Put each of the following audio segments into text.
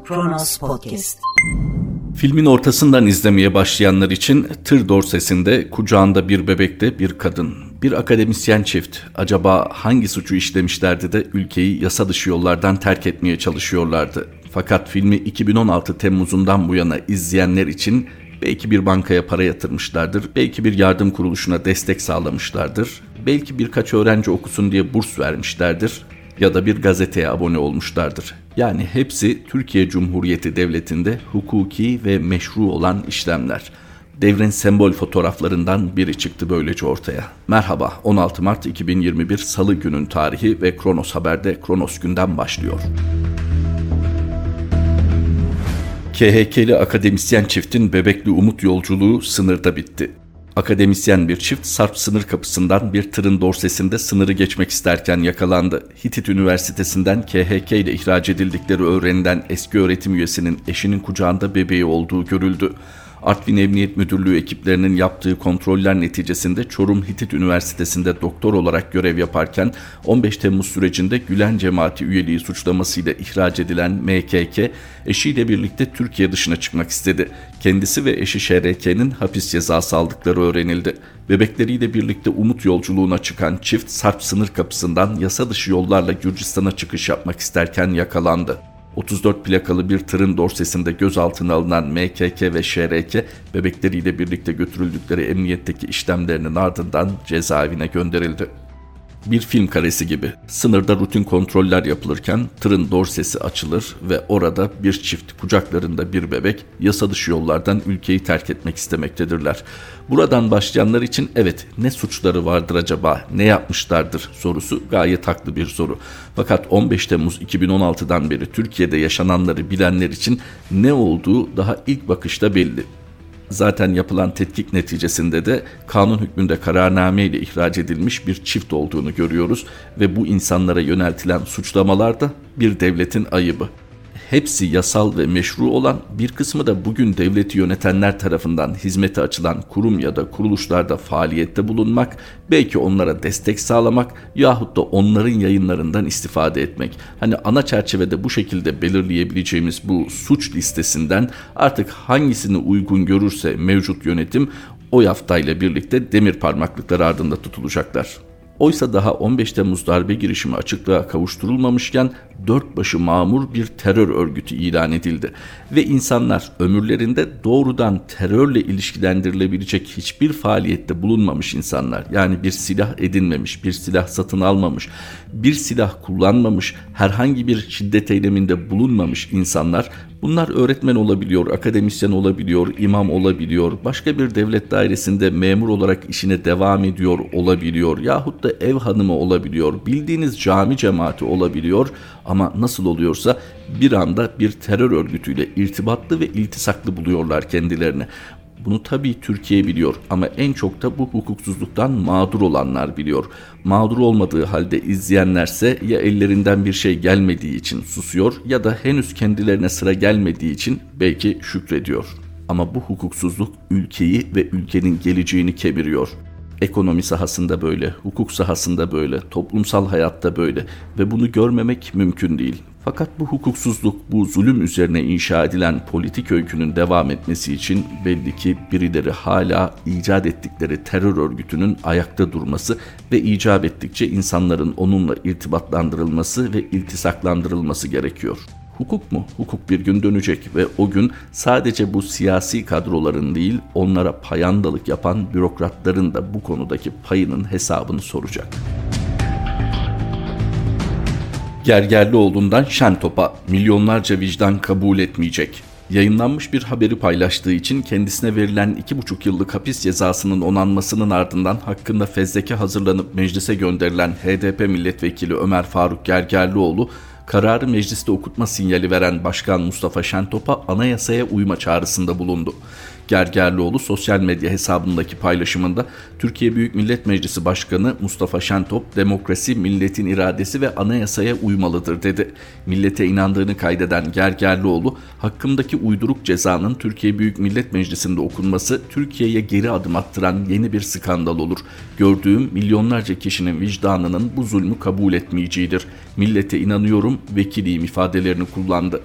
Kronos Podcast. Filmin ortasından izlemeye başlayanlar için tır dorsesinde kucağında bir bebekte bir kadın, bir akademisyen çift acaba hangi suçu işlemişlerdi de ülkeyi yasa dışı yollardan terk etmeye çalışıyorlardı? Fakat filmi 2016 Temmuz'undan bu yana izleyenler için belki bir bankaya para yatırmışlardır, belki bir yardım kuruluşuna destek sağlamışlardır, belki birkaç öğrenci okusun diye burs vermişlerdir ya da bir gazeteye abone olmuşlardır. Yani hepsi Türkiye Cumhuriyeti Devleti'nde hukuki ve meşru olan işlemler. Devrin sembol fotoğraflarından biri çıktı böylece ortaya. Merhaba, 16 Mart 2021 Salı günün tarihi ve Kronos Haber'de Kronos Günden başlıyor. KHK'li akademisyen çiftin bebekli umut yolculuğu sınırda bitti. Akademisyen bir çift Sarp sınır kapısından bir tırın dorsesinde sınırı geçmek isterken yakalandı. Hitit Üniversitesi'nden KHK ile ihraç edildikleri öğrenilen eski öğretim üyesinin eşinin kucağında bebeği olduğu görüldü. Artvin Emniyet Müdürlüğü ekiplerinin yaptığı kontroller neticesinde Çorum Hitit Üniversitesi'nde doktor olarak görev yaparken 15 Temmuz sürecinde Gülen Cemaati üyeliği suçlamasıyla ihraç edilen MKK, eşiyle birlikte Türkiye dışına çıkmak istedi. Kendisi ve eşi ŞRK'nin hapis cezası aldıkları öğrenildi. Bebekleriyle birlikte umut yolculuğuna çıkan çift Sarp sınır kapısından yasa dışı yollarla Gürcistan'a çıkış yapmak isterken yakalandı. 34 plakalı bir tırın dorsesinde gözaltına alınan MKK ve ŞRK, bebekleriyle birlikte götürüldükleri emniyetteki işlemlerinin ardından cezaevine gönderildi. Bir film karesi gibi sınırda rutin kontroller yapılırken tırın dorsesi açılır ve orada bir çift kucaklarında bir bebek yasa dışı yollardan ülkeyi terk etmek istemektedirler. Buradan başlayanlar için evet, ne suçları vardır acaba, ne yapmışlardır sorusu gayet haklı bir soru. Fakat 15 Temmuz 2016'dan beri Türkiye'de yaşananları bilenler için ne olduğu daha ilk bakışta belli. Zaten yapılan tetkik neticesinde de kanun hükmünde kararname ile ihraç edilmiş bir çift olduğunu görüyoruz ve bu insanlara yöneltilen suçlamalar da bir devletin ayıbı. Hepsi yasal ve meşru olan, bir kısmı da bugün devleti yönetenler tarafından hizmete açılan kurum ya da kuruluşlarda faaliyette bulunmak, belki onlara destek sağlamak yahut da onların yayınlarından istifade etmek. Hani ana çerçevede bu şekilde belirleyebileceğimiz bu suç listesinden artık hangisini uygun görürse mevcut yönetim o yaftayla birlikte demir parmaklıklar ardında tutulacaklar. Oysa daha 15 Temmuz darbe girişimi açıklığa kavuşturulmamışken dört başı mamur bir terör örgütü ilan edildi. Ve insanlar ömürlerinde doğrudan terörle ilişkilendirilebilecek hiçbir faaliyette bulunmamış insanlar, yani bir silah edinmemiş, bir silah satın almamış, bir silah kullanmamış, herhangi bir şiddet eyleminde bulunmamış insanlar, bunlar öğretmen olabiliyor, akademisyen olabiliyor, imam olabiliyor, başka bir devlet dairesinde memur olarak işine devam ediyor olabiliyor yahut da ev hanımı olabiliyor, bildiğiniz cami cemaati olabiliyor ama nasıl oluyorsa bir anda bir terör örgütüyle irtibatlı ve iltisaklı buluyorlar kendilerini. Bunu tabii Türkiye biliyor ama en çok da bu hukuksuzluktan mağdur olanlar biliyor. Mağdur olmadığı halde izleyenlerse ya ellerinden bir şey gelmediği için susuyor ya da henüz kendilerine sıra gelmediği için belki şükrediyor. Ama bu hukuksuzluk ülkeyi ve ülkenin geleceğini kemiriyor. Ekonomi sahasında böyle, hukuk sahasında böyle, toplumsal hayatta böyle ve bunu görmemek mümkün değil. Fakat bu hukuksuzluk, bu zulüm üzerine inşa edilen politik öykünün devam etmesi için belli ki birileri hala icat ettikleri terör örgütünün ayakta durması ve icap ettikçe insanların onunla irtibatlandırılması ve iltisaklandırılması gerekiyor. Hukuk mu? Hukuk bir gün dönecek ve o gün sadece bu siyasi kadroların değil, onlara payandalık yapan bürokratların da bu konudaki payının hesabını soracak. Gergerlioğlu'ndan Şentop'a milyonlarca vicdan kabul etmeyecek. Yayınlanmış bir haberi paylaştığı için kendisine verilen 2,5 yıllık hapis cezasının onanmasının ardından hakkında fezleke hazırlanıp meclise gönderilen HDP milletvekili Ömer Faruk Gergerlioğlu, kararı mecliste okutma sinyali veren Başkan Mustafa Şentop'a anayasaya uyma çağrısında bulundu. Gergerlioğlu sosyal medya hesabındaki paylaşımında Türkiye Büyük Millet Meclisi Başkanı Mustafa Şentop, demokrasi milletin iradesi ve anayasaya uymalıdır dedi. Millete inandığını kaydeden Gergerlioğlu, hakkımdaki uyduruk cezanın Türkiye Büyük Millet Meclisi'nde okunması Türkiye'ye geri adım attıran yeni bir skandal olur. Gördüğüm milyonlarca kişinin vicdanının bu zulmü kabul etmeyeceğidir. Millete inanıyorum, vekiliyim ifadelerini kullandı.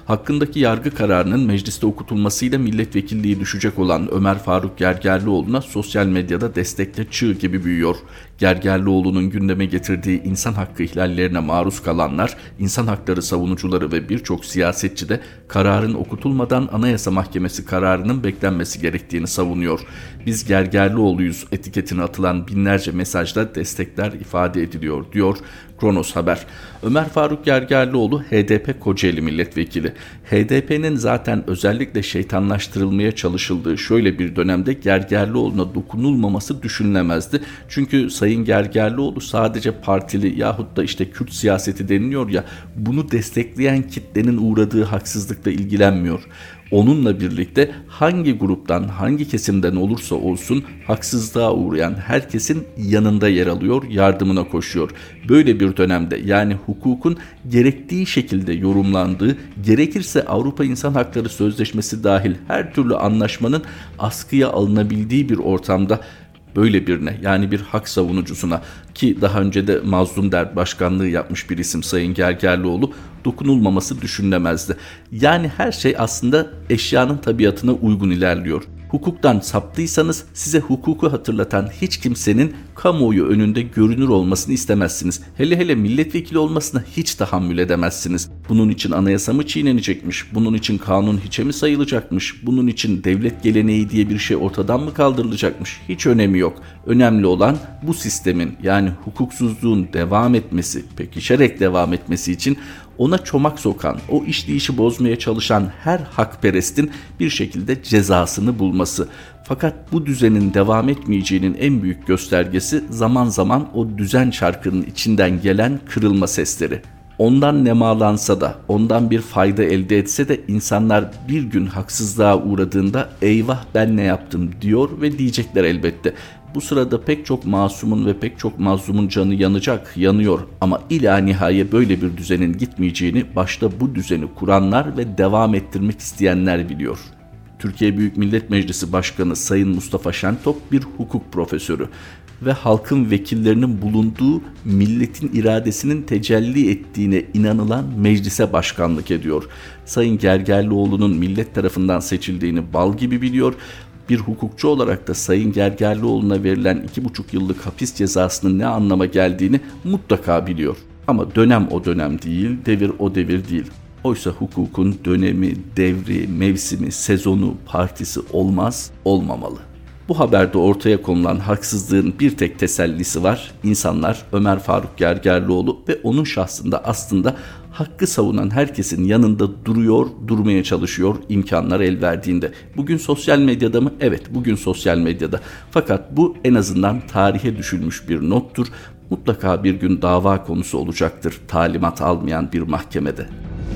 Hakkındaki yargı kararının mecliste okutulmasıyla milletvekilliği düşecek olan Ömer Faruk Gergerlioğlu'na sosyal medyada destekle çığ gibi büyüyor. Gergerlioğlu'nun gündeme getirdiği insan hakkı ihlallerine maruz kalanlar, insan hakları savunucuları ve birçok siyasetçi de kararın okutulmadan Anayasa Mahkemesi kararının beklenmesi gerektiğini savunuyor. Biz Gergerlioğlu'yuz etiketine atılan binlerce mesajda destekler ifade ediliyor, diyor Kronos Haber. Ömer Faruk Gergerlioğlu HDP Kocaeli Milletvekili. HDP'nin zaten özellikle şeytanlaştırılmaya çalışıldığı şöyle bir dönemde Gergerlioğlu'na dokunulmaması düşünülemezdi. Çünkü Sayın Gergerlioğlu sadece partili yahut da işte Kürt siyaseti deniliyor ya, bunu destekleyen kitlenin uğradığı haksızlıkla ilgilenmiyor. Onunla birlikte hangi gruptan, hangi kesimden olursa olsun haksızlığa uğrayan herkesin yanında yer alıyor, yardımına koşuyor. Böyle bir dönemde, yani hukukun gerektiği şekilde yorumlandığı, gerekirse Avrupa İnsan Hakları Sözleşmesi dahil her türlü anlaşmanın askıya alınabildiği bir ortamda böyle birine, yani bir hak savunucusuna, ki daha önce de Mazlum Dert Başkanlığı yapmış bir isim Sayın Gergerlioğlu, dokunulmaması düşünülemezdi. Yani her şey aslında eşyanın tabiatına uygun ilerliyor. Hukuktan saptıysanız size hukuku hatırlatan hiç kimsenin kamuoyu önünde görünür olmasını istemezsiniz. Hele hele milletvekili olmasına hiç tahammül edemezsiniz. Bunun için anayasa mı çiğnenecekmiş? Bunun için kanun hiçe mi sayılacakmış? Bunun için devlet geleneği diye bir şey ortadan mı kaldırılacakmış? Hiç önemi yok. Önemli olan bu sistemin, yani hukuksuzluğun devam etmesi, pekişerek devam etmesi için ona çomak sokan, o işleyişi bozmaya çalışan her hakperestin bir şekilde cezasını bulması. Fakat bu düzenin devam etmeyeceğinin en büyük göstergesi zaman zaman o düzen çarkının içinden gelen kırılma sesleri. Ondan nemalansa da, ondan bir fayda elde etse de insanlar bir gün haksızlığa uğradığında eyvah ben ne yaptım diyor ve diyecekler elbette. Bu sırada pek çok masumun ve pek çok mazlumun canı yanıyor ama ilanihaye böyle bir düzenin gitmeyeceğini başta bu düzeni kuranlar ve devam ettirmek isteyenler biliyor. Türkiye Büyük Millet Meclisi Başkanı Sayın Mustafa Şentop bir hukuk profesörü ve halkın vekillerinin bulunduğu milletin iradesinin tecelli ettiğine inanılan meclise başkanlık ediyor. Sayın Gergerlioğlu'nun millet tarafından seçildiğini bal gibi biliyor. Bir hukukçu olarak da Sayın Gergerlioğlu'na verilen 2,5 yıllık hapis cezasının ne anlama geldiğini mutlaka biliyor. Ama dönem o dönem değil, devir o devir değil. Oysa hukukun dönemi, devri, mevsimi, sezonu, partisi olmaz, olmamalı. Bu haberde ortaya konulan haksızlığın bir tek tesellisi var. İnsanlar Ömer Faruk Gergerlioğlu ve onun şahsında aslında hakkı savunan herkesin yanında duruyor, durmaya çalışıyor imkanlar el verdiğinde. Bugün sosyal medyada mı? Evet, bugün sosyal medyada. Fakat bu en azından tarihe düşülmüş bir nottur. Mutlaka bir gün dava konusu olacaktır talimat almayan bir mahkemede.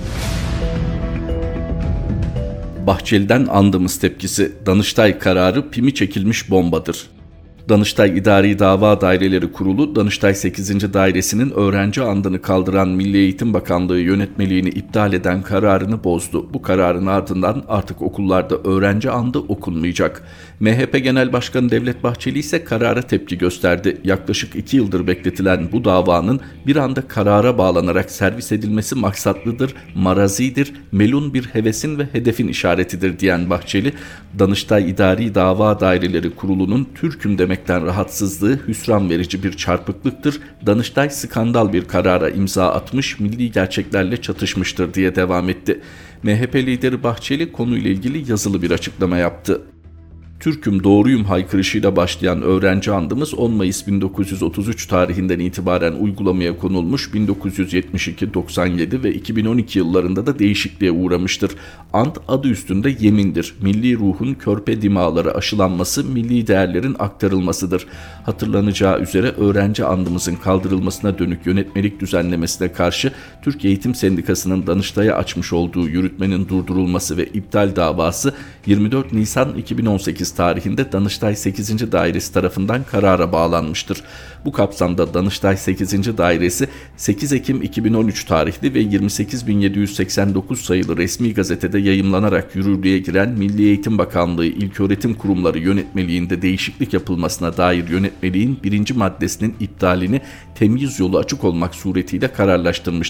Bahçeli'den andımız tepkisi. Danıştay kararı pimi çekilmiş bombadır. Danıştay İdari Dava Daireleri Kurulu, Danıştay 8. Dairesi'nin öğrenci andını kaldıran Milli Eğitim Bakanlığı yönetmeliğini iptal eden kararını bozdu. Bu kararın ardından artık okullarda öğrenci andı okunmayacak. MHP Genel Başkanı Devlet Bahçeli ise karara tepki gösterdi. Yaklaşık 2 yıldır bekletilen bu davanın bir anda karara bağlanarak servis edilmesi maksatlıdır, marazidir, melun bir hevesin ve hedefin işaretidir diyen Bahçeli, Danıştay İdari Dava Daireleri Kurulu'nun Türk'üm demekten rahatsızlığı hüsran verici bir çarpıklıktır. Danıştay skandal bir karara imza atmış, milli gerçeklerle çatışmıştır diye devam etti. MHP lideri Bahçeli konuyla ilgili yazılı bir açıklama yaptı. Türk'üm doğruyum haykırışıyla başlayan öğrenci andımız 10 Mayıs 1933 tarihinden itibaren uygulamaya konulmuş, 1972, 97 ve 2012 yıllarında da değişikliğe uğramıştır. Ant adı üstünde yemindir. Milli ruhun körpe dimağları aşılanması, milli değerlerin aktarılmasıdır. Hatırlanacağı üzere öğrenci andımızın kaldırılmasına dönük yönetmelik düzenlemesine karşı Türk Eğitim Sendikası'nın Danıştay'a açmış olduğu yürütmenin durdurulması ve iptal davası 24 Nisan 2018 tarihinde Danıştay 8. Dairesi tarafından karara bağlanmıştır. Bu kapsamda Danıştay 8. Dairesi 8 Ekim 2013 tarihli ve 28.789 sayılı resmi gazetede yayımlanarak yürürlüğe giren Milli Eğitim Bakanlığı İlköğretim Kurumları yönetmeliğinde değişiklik yapılmasına dair yönetmeliğin 1. maddesinin iptalini temyiz yolu açık olmak suretiyle kararlaştırmıştır.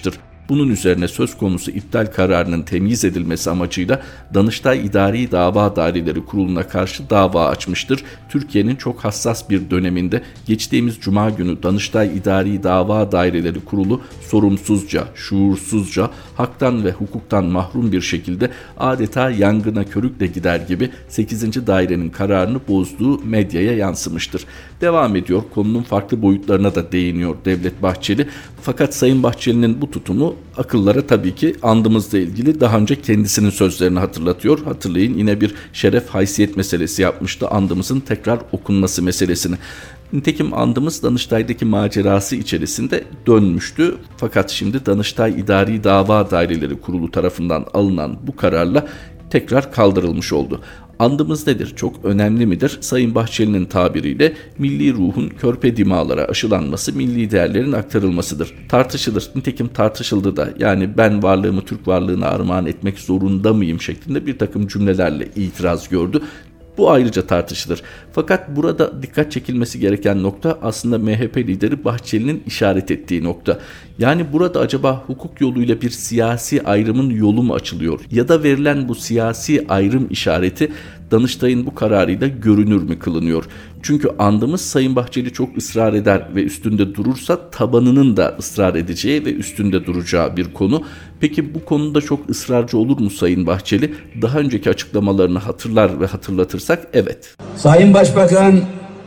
Bunun üzerine söz konusu iptal kararının temyiz edilmesi amacıyla Danıştay İdari Dava Daireleri Kurulu'na karşı dava açmıştır. Türkiye'nin çok hassas bir döneminde geçtiğimiz Cuma günü Danıştay İdari Dava Daireleri Kurulu sorumsuzca, şuursuzca, haktan ve hukuktan mahrum bir şekilde adeta yangına körükle gider gibi 8. dairenin kararını bozduğu medyaya yansımıştır. Devam ediyor, konunun farklı boyutlarına da değiniyor Devlet Bahçeli. Fakat Sayın Bahçeli'nin bu tutumu akıllara tabii ki andımızla ilgili daha önce kendisinin sözlerini hatırlatıyor. Hatırlayın, yine bir şeref haysiyet meselesi yapmıştı, andımızın tekrar okunması meselesini. Nitekim andımız Danıştay'daki macerası içerisinde dönmüştü. Fakat şimdi Danıştay İdari Dava Daireleri Kurulu tarafından alınan bu kararla tekrar kaldırılmış oldu. Andımız nedir? Çok önemli midir? Sayın Bahçeli'nin tabiriyle milli ruhun körpe dimağlara aşılanması, milli değerlerin aktarılmasıdır. Tartışılır. Nitekim tartışıldı da, yani ben varlığımı Türk varlığına armağan etmek zorunda mıyım şeklinde bir takım cümlelerle itiraz gördü. Bu ayrıca tartışılır. Fakat burada dikkat çekilmesi gereken nokta aslında MHP lideri Bahçeli'nin işaret ettiği nokta. Yani burada acaba hukuk yoluyla bir siyasi ayrımın yolu mu açılıyor? Ya da verilen bu siyasi ayrım işareti Danıştay'ın bu kararıyla görünür mü kılınıyor? Çünkü andımız Sayın Bahçeli çok ısrar eder ve üstünde durursa tabanının da ısrar edeceği ve üstünde duracağı bir konu. Peki bu konuda çok ısrarcı olur mu Sayın Bahçeli? Daha önceki açıklamalarını hatırlar ve hatırlatırsak evet. Sayın Başbakan,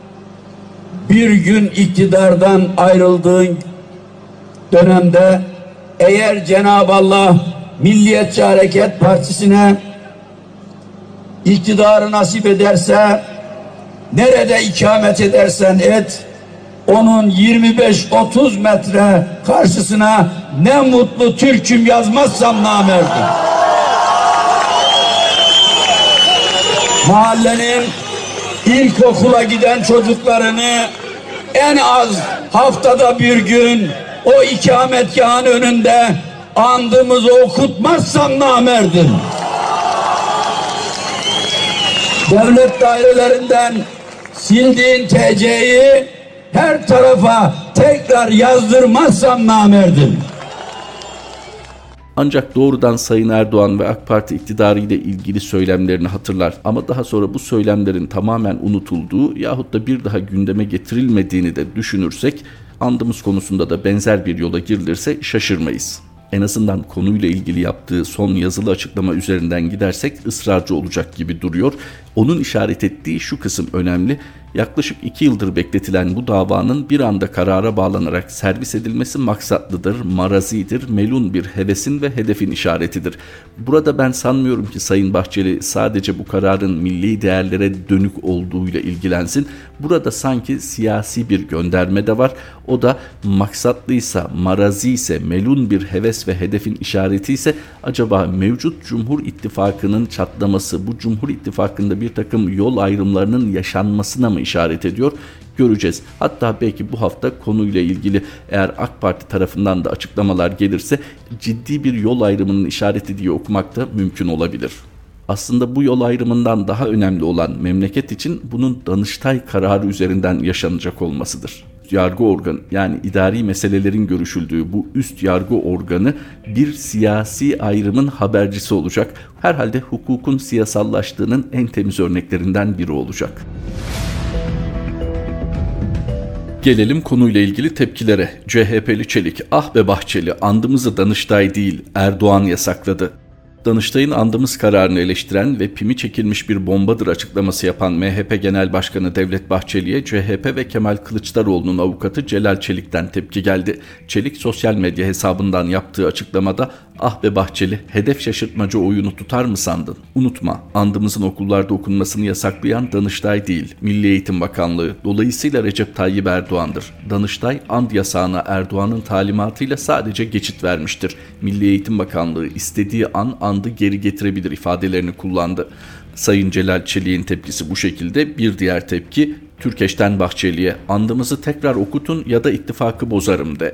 bir gün iktidardan ayrıldığın dönemde eğer Cenab-ı Allah Milliyetçi Hareket Partisi'ne iktidarı nasip ederse, nerede ikamet edersen et, onun 25-30 metre karşısına ne mutlu Türk'üm yazmazsam namerdim. Mahallenin ilkokula giden çocuklarını en az haftada bir gün o ikametgahın önünde andımızı okutmazsam namerdim. Devlet dairelerinden sildiğin TC'yi her tarafa tekrar yazdırmazsam namerdim. Ancak doğrudan Sayın Erdoğan ve AK Parti iktidarı ile ilgili söylemlerini hatırlar ama daha sonra bu söylemlerin tamamen unutulduğu yahut da bir daha gündeme getirilmediğini de düşünürsek, andımız konusunda da benzer bir yola girilirse şaşırmayız. En azından konuyla ilgili yaptığı son yazılı açıklama üzerinden gidersek ısrarcı olacak gibi duruyor. Onun işaret ettiği şu kısım önemli. Yaklaşık 2 yıldır bekletilen bu davanın bir anda karara bağlanarak servis edilmesi maksatlıdır, marazidir, melun bir hevesin ve hedefin işaretidir. Burada ben sanmıyorum ki Sayın Bahçeli sadece bu kararın milli değerlere dönük olduğuyla ilgilensin. Burada sanki siyasi bir gönderme de var. O da maksatlıysa, marazi ise, melun bir heves ve hedefin işareti ise acaba mevcut Cumhur İttifakı'nın çatlaması, bu Cumhur İttifakı'nda bir takım yol ayrımlarının yaşanmasına mı işaret ediyor? Göreceğiz. Hatta belki bu hafta konuyla ilgili eğer AK Parti tarafından da açıklamalar gelirse ciddi bir yol ayrımının işareti diye okumak da mümkün olabilir. Aslında bu yol ayrımından daha önemli olan memleket için bunun Danıştay kararı üzerinden yaşanacak olmasıdır. Yargı organı, yani idari meselelerin görüşüldüğü bu üst yargı organı bir siyasi ayrımın habercisi olacak. Herhalde hukukun siyasallaştığının en temiz örneklerinden biri olacak. Gelelim konuyla ilgili tepkilere. CHP'li Çelik, ah be Bahçeli, andımızı Danıştay değil Erdoğan yasakladı. Danıştay'ın andımız kararını eleştiren ve pimi çekilmiş bir bombadır açıklaması yapan MHP Genel Başkanı Devlet Bahçeli'ye CHP ve Kemal Kılıçdaroğlu'nun avukatı Celal Çelik'ten tepki geldi. Çelik sosyal medya hesabından yaptığı açıklamada ah be Bahçeli, hedef şaşırtmacı oyunu tutar mı sandın? Unutma, andımızın okullarda okunmasını yasaklayan Danıştay değil, Milli Eğitim Bakanlığı, dolayısıyla Recep Tayyip Erdoğan'dır. Danıştay and yasağına Erdoğan'ın talimatıyla sadece geçit vermiştir. Milli Eğitim Bakanlığı istediği an andı geri getirebilir ifadelerini kullandı. Sayın Celal Çelik'in tepkisi bu şekilde. Bir diğer tepki Türkeş'ten Bahçeli'ye, andımızı tekrar okutun ya da ittifakı bozarım de.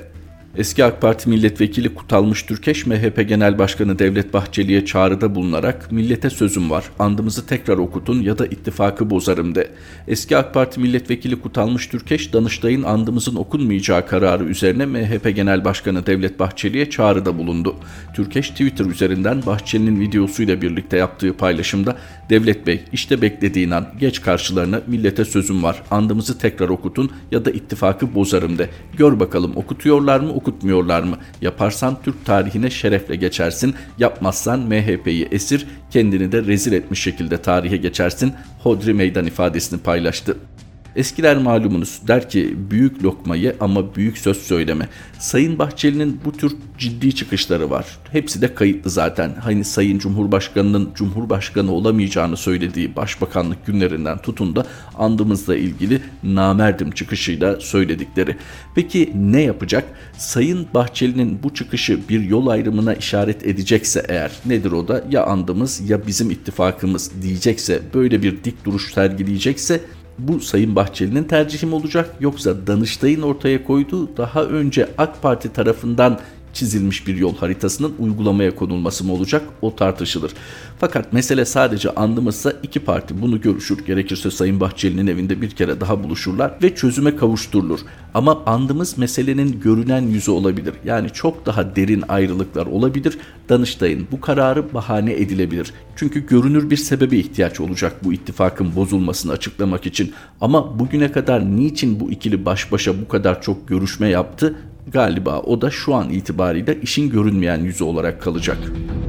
Eski AK Parti milletvekili Kutalmış Türkeş, MHP Genel Başkanı Devlet Bahçeli'ye çağrıda bulunarak "Millete sözüm var, andımızı tekrar okutun ya da ittifakı bozarım" de. Eski AK Parti milletvekili Kutalmış Türkeş, Danıştay'ın andımızın okunmayacağı kararı üzerine MHP Genel Başkanı Devlet Bahçeli'ye çağrıda bulundu. Türkeş, Twitter üzerinden Bahçeli'nin videosuyla birlikte yaptığı paylaşımda "Devlet Bey, işte beklediğin an, geç karşılarına, millete sözüm var, andımızı tekrar okutun ya da ittifakı bozarım de. Gör bakalım okutuyorlar mı, okutmuyorlar mı? Yaparsan Türk tarihine şerefle geçersin, yapmazsan MHP'yi esir, kendini de rezil etmiş şekilde tarihe geçersin" hodri meydan ifadesini paylaştı. Eskiler malumunuz der ki büyük lokmayı ama büyük söz söyleme. Sayın Bahçeli'nin bu tür ciddi çıkışları var. Hepsi de kayıtlı zaten. Hani Sayın Cumhurbaşkanı'nın Cumhurbaşkanı olamayacağını söylediği başbakanlık günlerinden tutun da andımızla ilgili namerdim çıkışıyla söyledikleri. Peki ne yapacak? Sayın Bahçeli'nin bu çıkışı bir yol ayrımına işaret edecekse eğer, nedir o da? Ya andımız ya bizim ittifakımız diyecekse, böyle bir dik duruş sergileyecekse, bu Sayın Bahçeli'nin tercihi mi olacak, yoksa Danıştay'ın ortaya koyduğu daha önce AK Parti tarafından çizilmiş bir yol haritasının uygulamaya konulması mı olacak, o tartışılır. Fakat mesele sadece andımızsa iki parti bunu görüşür, gerekirse Sayın Bahçeli'nin evinde bir kere daha buluşurlar ve çözüme kavuşturulur. Ama andımız meselenin görünen yüzü olabilir. Yani çok daha derin ayrılıklar olabilir. Danıştay'ın bu kararı bahane edilebilir. Çünkü görünür bir sebebe ihtiyaç olacak bu ittifakın bozulmasını açıklamak için. Ama bugüne kadar niçin bu ikili baş başa bu kadar çok görüşme yaptı? Galiba o da şu an itibariyle işin görünmeyen yüzü olarak kalacak.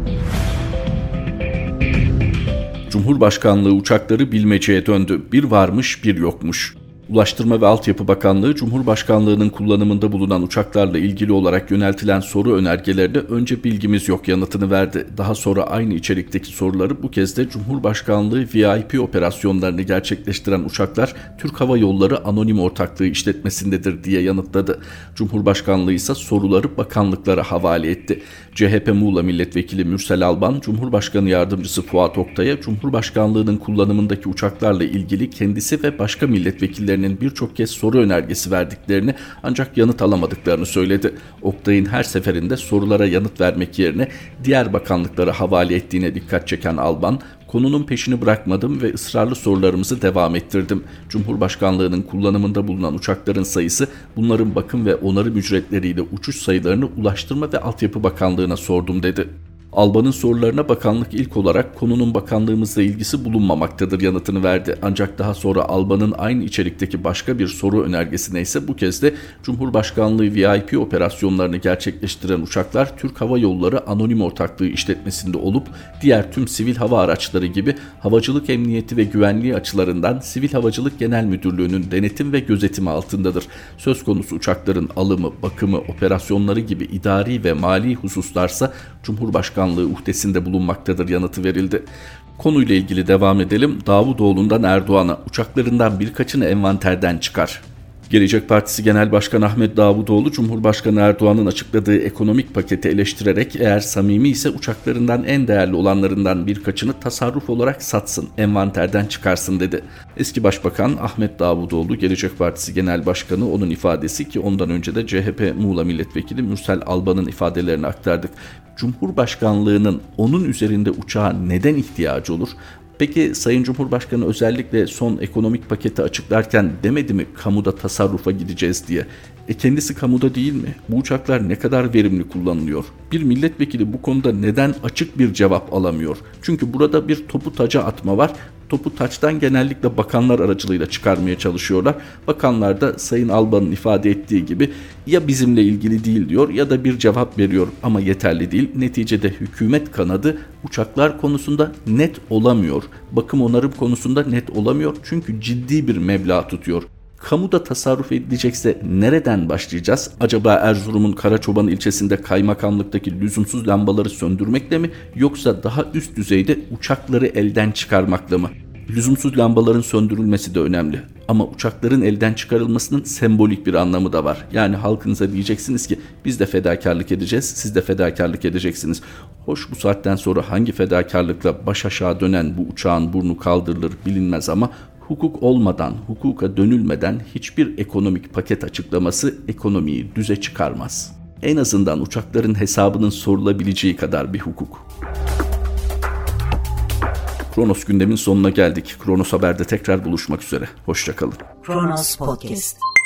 Cumhurbaşkanlığı uçakları bilmeceye döndü. Bir varmış, bir yokmuş. Ulaştırma ve Altyapı Bakanlığı, Cumhurbaşkanlığının kullanımında bulunan uçaklarla ilgili olarak yöneltilen soru önergelerine önce bilgimiz yok yanıtını verdi. Daha sonra aynı içerikteki soruları bu kez de Cumhurbaşkanlığı VIP operasyonlarını gerçekleştiren uçaklar Türk Hava Yolları Anonim Ortaklığı işletmesindedir diye yanıtladı. Cumhurbaşkanlığı ise soruları bakanlıklara havale etti. CHP Muğla Milletvekili Mürsel Alban, Cumhurbaşkanı Yardımcısı Fuat Oktay'a Cumhurbaşkanlığının kullanımındaki uçaklarla ilgili kendisi ve başka milletvekillerinin birçok kez soru önergesi verdiklerini ancak yanıt alamadıklarını söyledi. Oktay'ın her seferinde sorulara yanıt vermek yerine diğer bakanlıklara havale ettiğine dikkat çeken Alban, "Konunun peşini bırakmadım ve ısrarlı sorularımızı devam ettirdim. Cumhurbaşkanlığının kullanımında bulunan uçakların sayısı, bunların bakım ve onarım ücretleriyle uçuş sayılarını Ulaştırma ve Altyapı Bakanlığı'na sordum" dedi. Alban'ın sorularına bakanlık ilk olarak "konunun bakanlığımızla ilgisi bulunmamaktadır" yanıtını verdi. Ancak daha sonra Alban'ın aynı içerikteki başka bir soru önergesine ise bu kez de Cumhurbaşkanlığı VIP operasyonlarını gerçekleştiren uçaklar Türk Hava Yolları Anonim Ortaklığı işletmesinde olup diğer tüm sivil hava araçları gibi havacılık emniyeti ve güvenliği açılarından Sivil Havacılık Genel Müdürlüğü'nün denetim ve gözetimi altındadır. Söz konusu uçakların alımı, bakımı, operasyonları gibi idari ve mali hususlarsa Cumhurbaşkanlığı uhdesinde bulunmaktadır yanıtı verildi. Konuyla ilgili devam edelim. Davutoğlu'ndan Erdoğan'a, uçaklarından birkaçını envanterden çıkar. Gelecek Partisi Genel Başkanı Ahmet Davutoğlu, Cumhurbaşkanı Erdoğan'ın açıkladığı ekonomik paketi eleştirerek eğer samimi ise uçaklarından en değerli olanlarından birkaçını tasarruf olarak satsın, envanterden çıkarsın dedi. Eski Başbakan Ahmet Davutoğlu, Gelecek Partisi Genel Başkanı, onun ifadesi ki ondan önce de CHP Muğla Milletvekili Mürsel Alban'ın ifadelerini aktardık. Cumhurbaşkanlığının onun üzerinde uçağa neden ihtiyacı olur? Peki Sayın Cumhurbaşkanı özellikle son ekonomik paketi açıklarken demedi mi kamuda tasarrufa gideceğiz diye? Kendisi kamuda değil mi? Bu uçaklar ne kadar verimli kullanılıyor? Bir milletvekili bu konuda neden açık bir cevap alamıyor? Çünkü burada bir topu taca atma var. Topu taçtan genellikle bakanlar aracılığıyla çıkarmaya çalışıyorlar. Bakanlar da Sayın Alban'ın ifade ettiği gibi ya bizimle ilgili değil diyor ya da bir cevap veriyor ama yeterli değil. Neticede hükümet kanadı uçaklar konusunda net olamıyor. Bakım onarım konusunda net olamıyor çünkü ciddi bir meblağ tutuyor. Kamuda tasarruf edilecekse nereden başlayacağız? Acaba Erzurum'un Karaçoban ilçesinde kaymakamlıktaki lüzumsuz lambaları söndürmekle mi, yoksa daha üst düzeyde uçakları elden çıkarmakla mı? Lüzumsuz lambaların söndürülmesi de önemli. Ama uçakların elden çıkarılmasının sembolik bir anlamı da var. Yani halkınıza diyeceksiniz ki biz de fedakarlık edeceğiz, siz de fedakarlık edeceksiniz. Hoş, bu saatten sonra hangi fedakarlıkla baş aşağı dönen bu uçağın burnu kaldırılır bilinmez ama hukuk olmadan, hukuka dönülmeden hiçbir ekonomik paket açıklaması ekonomiyi düze çıkarmaz. En azından uçakların hesabının sorulabileceği kadar bir hukuk. Kronos gündemin sonuna geldik. Kronos Haber'de tekrar buluşmak üzere. Hoşça kalın. Kronos Podcast.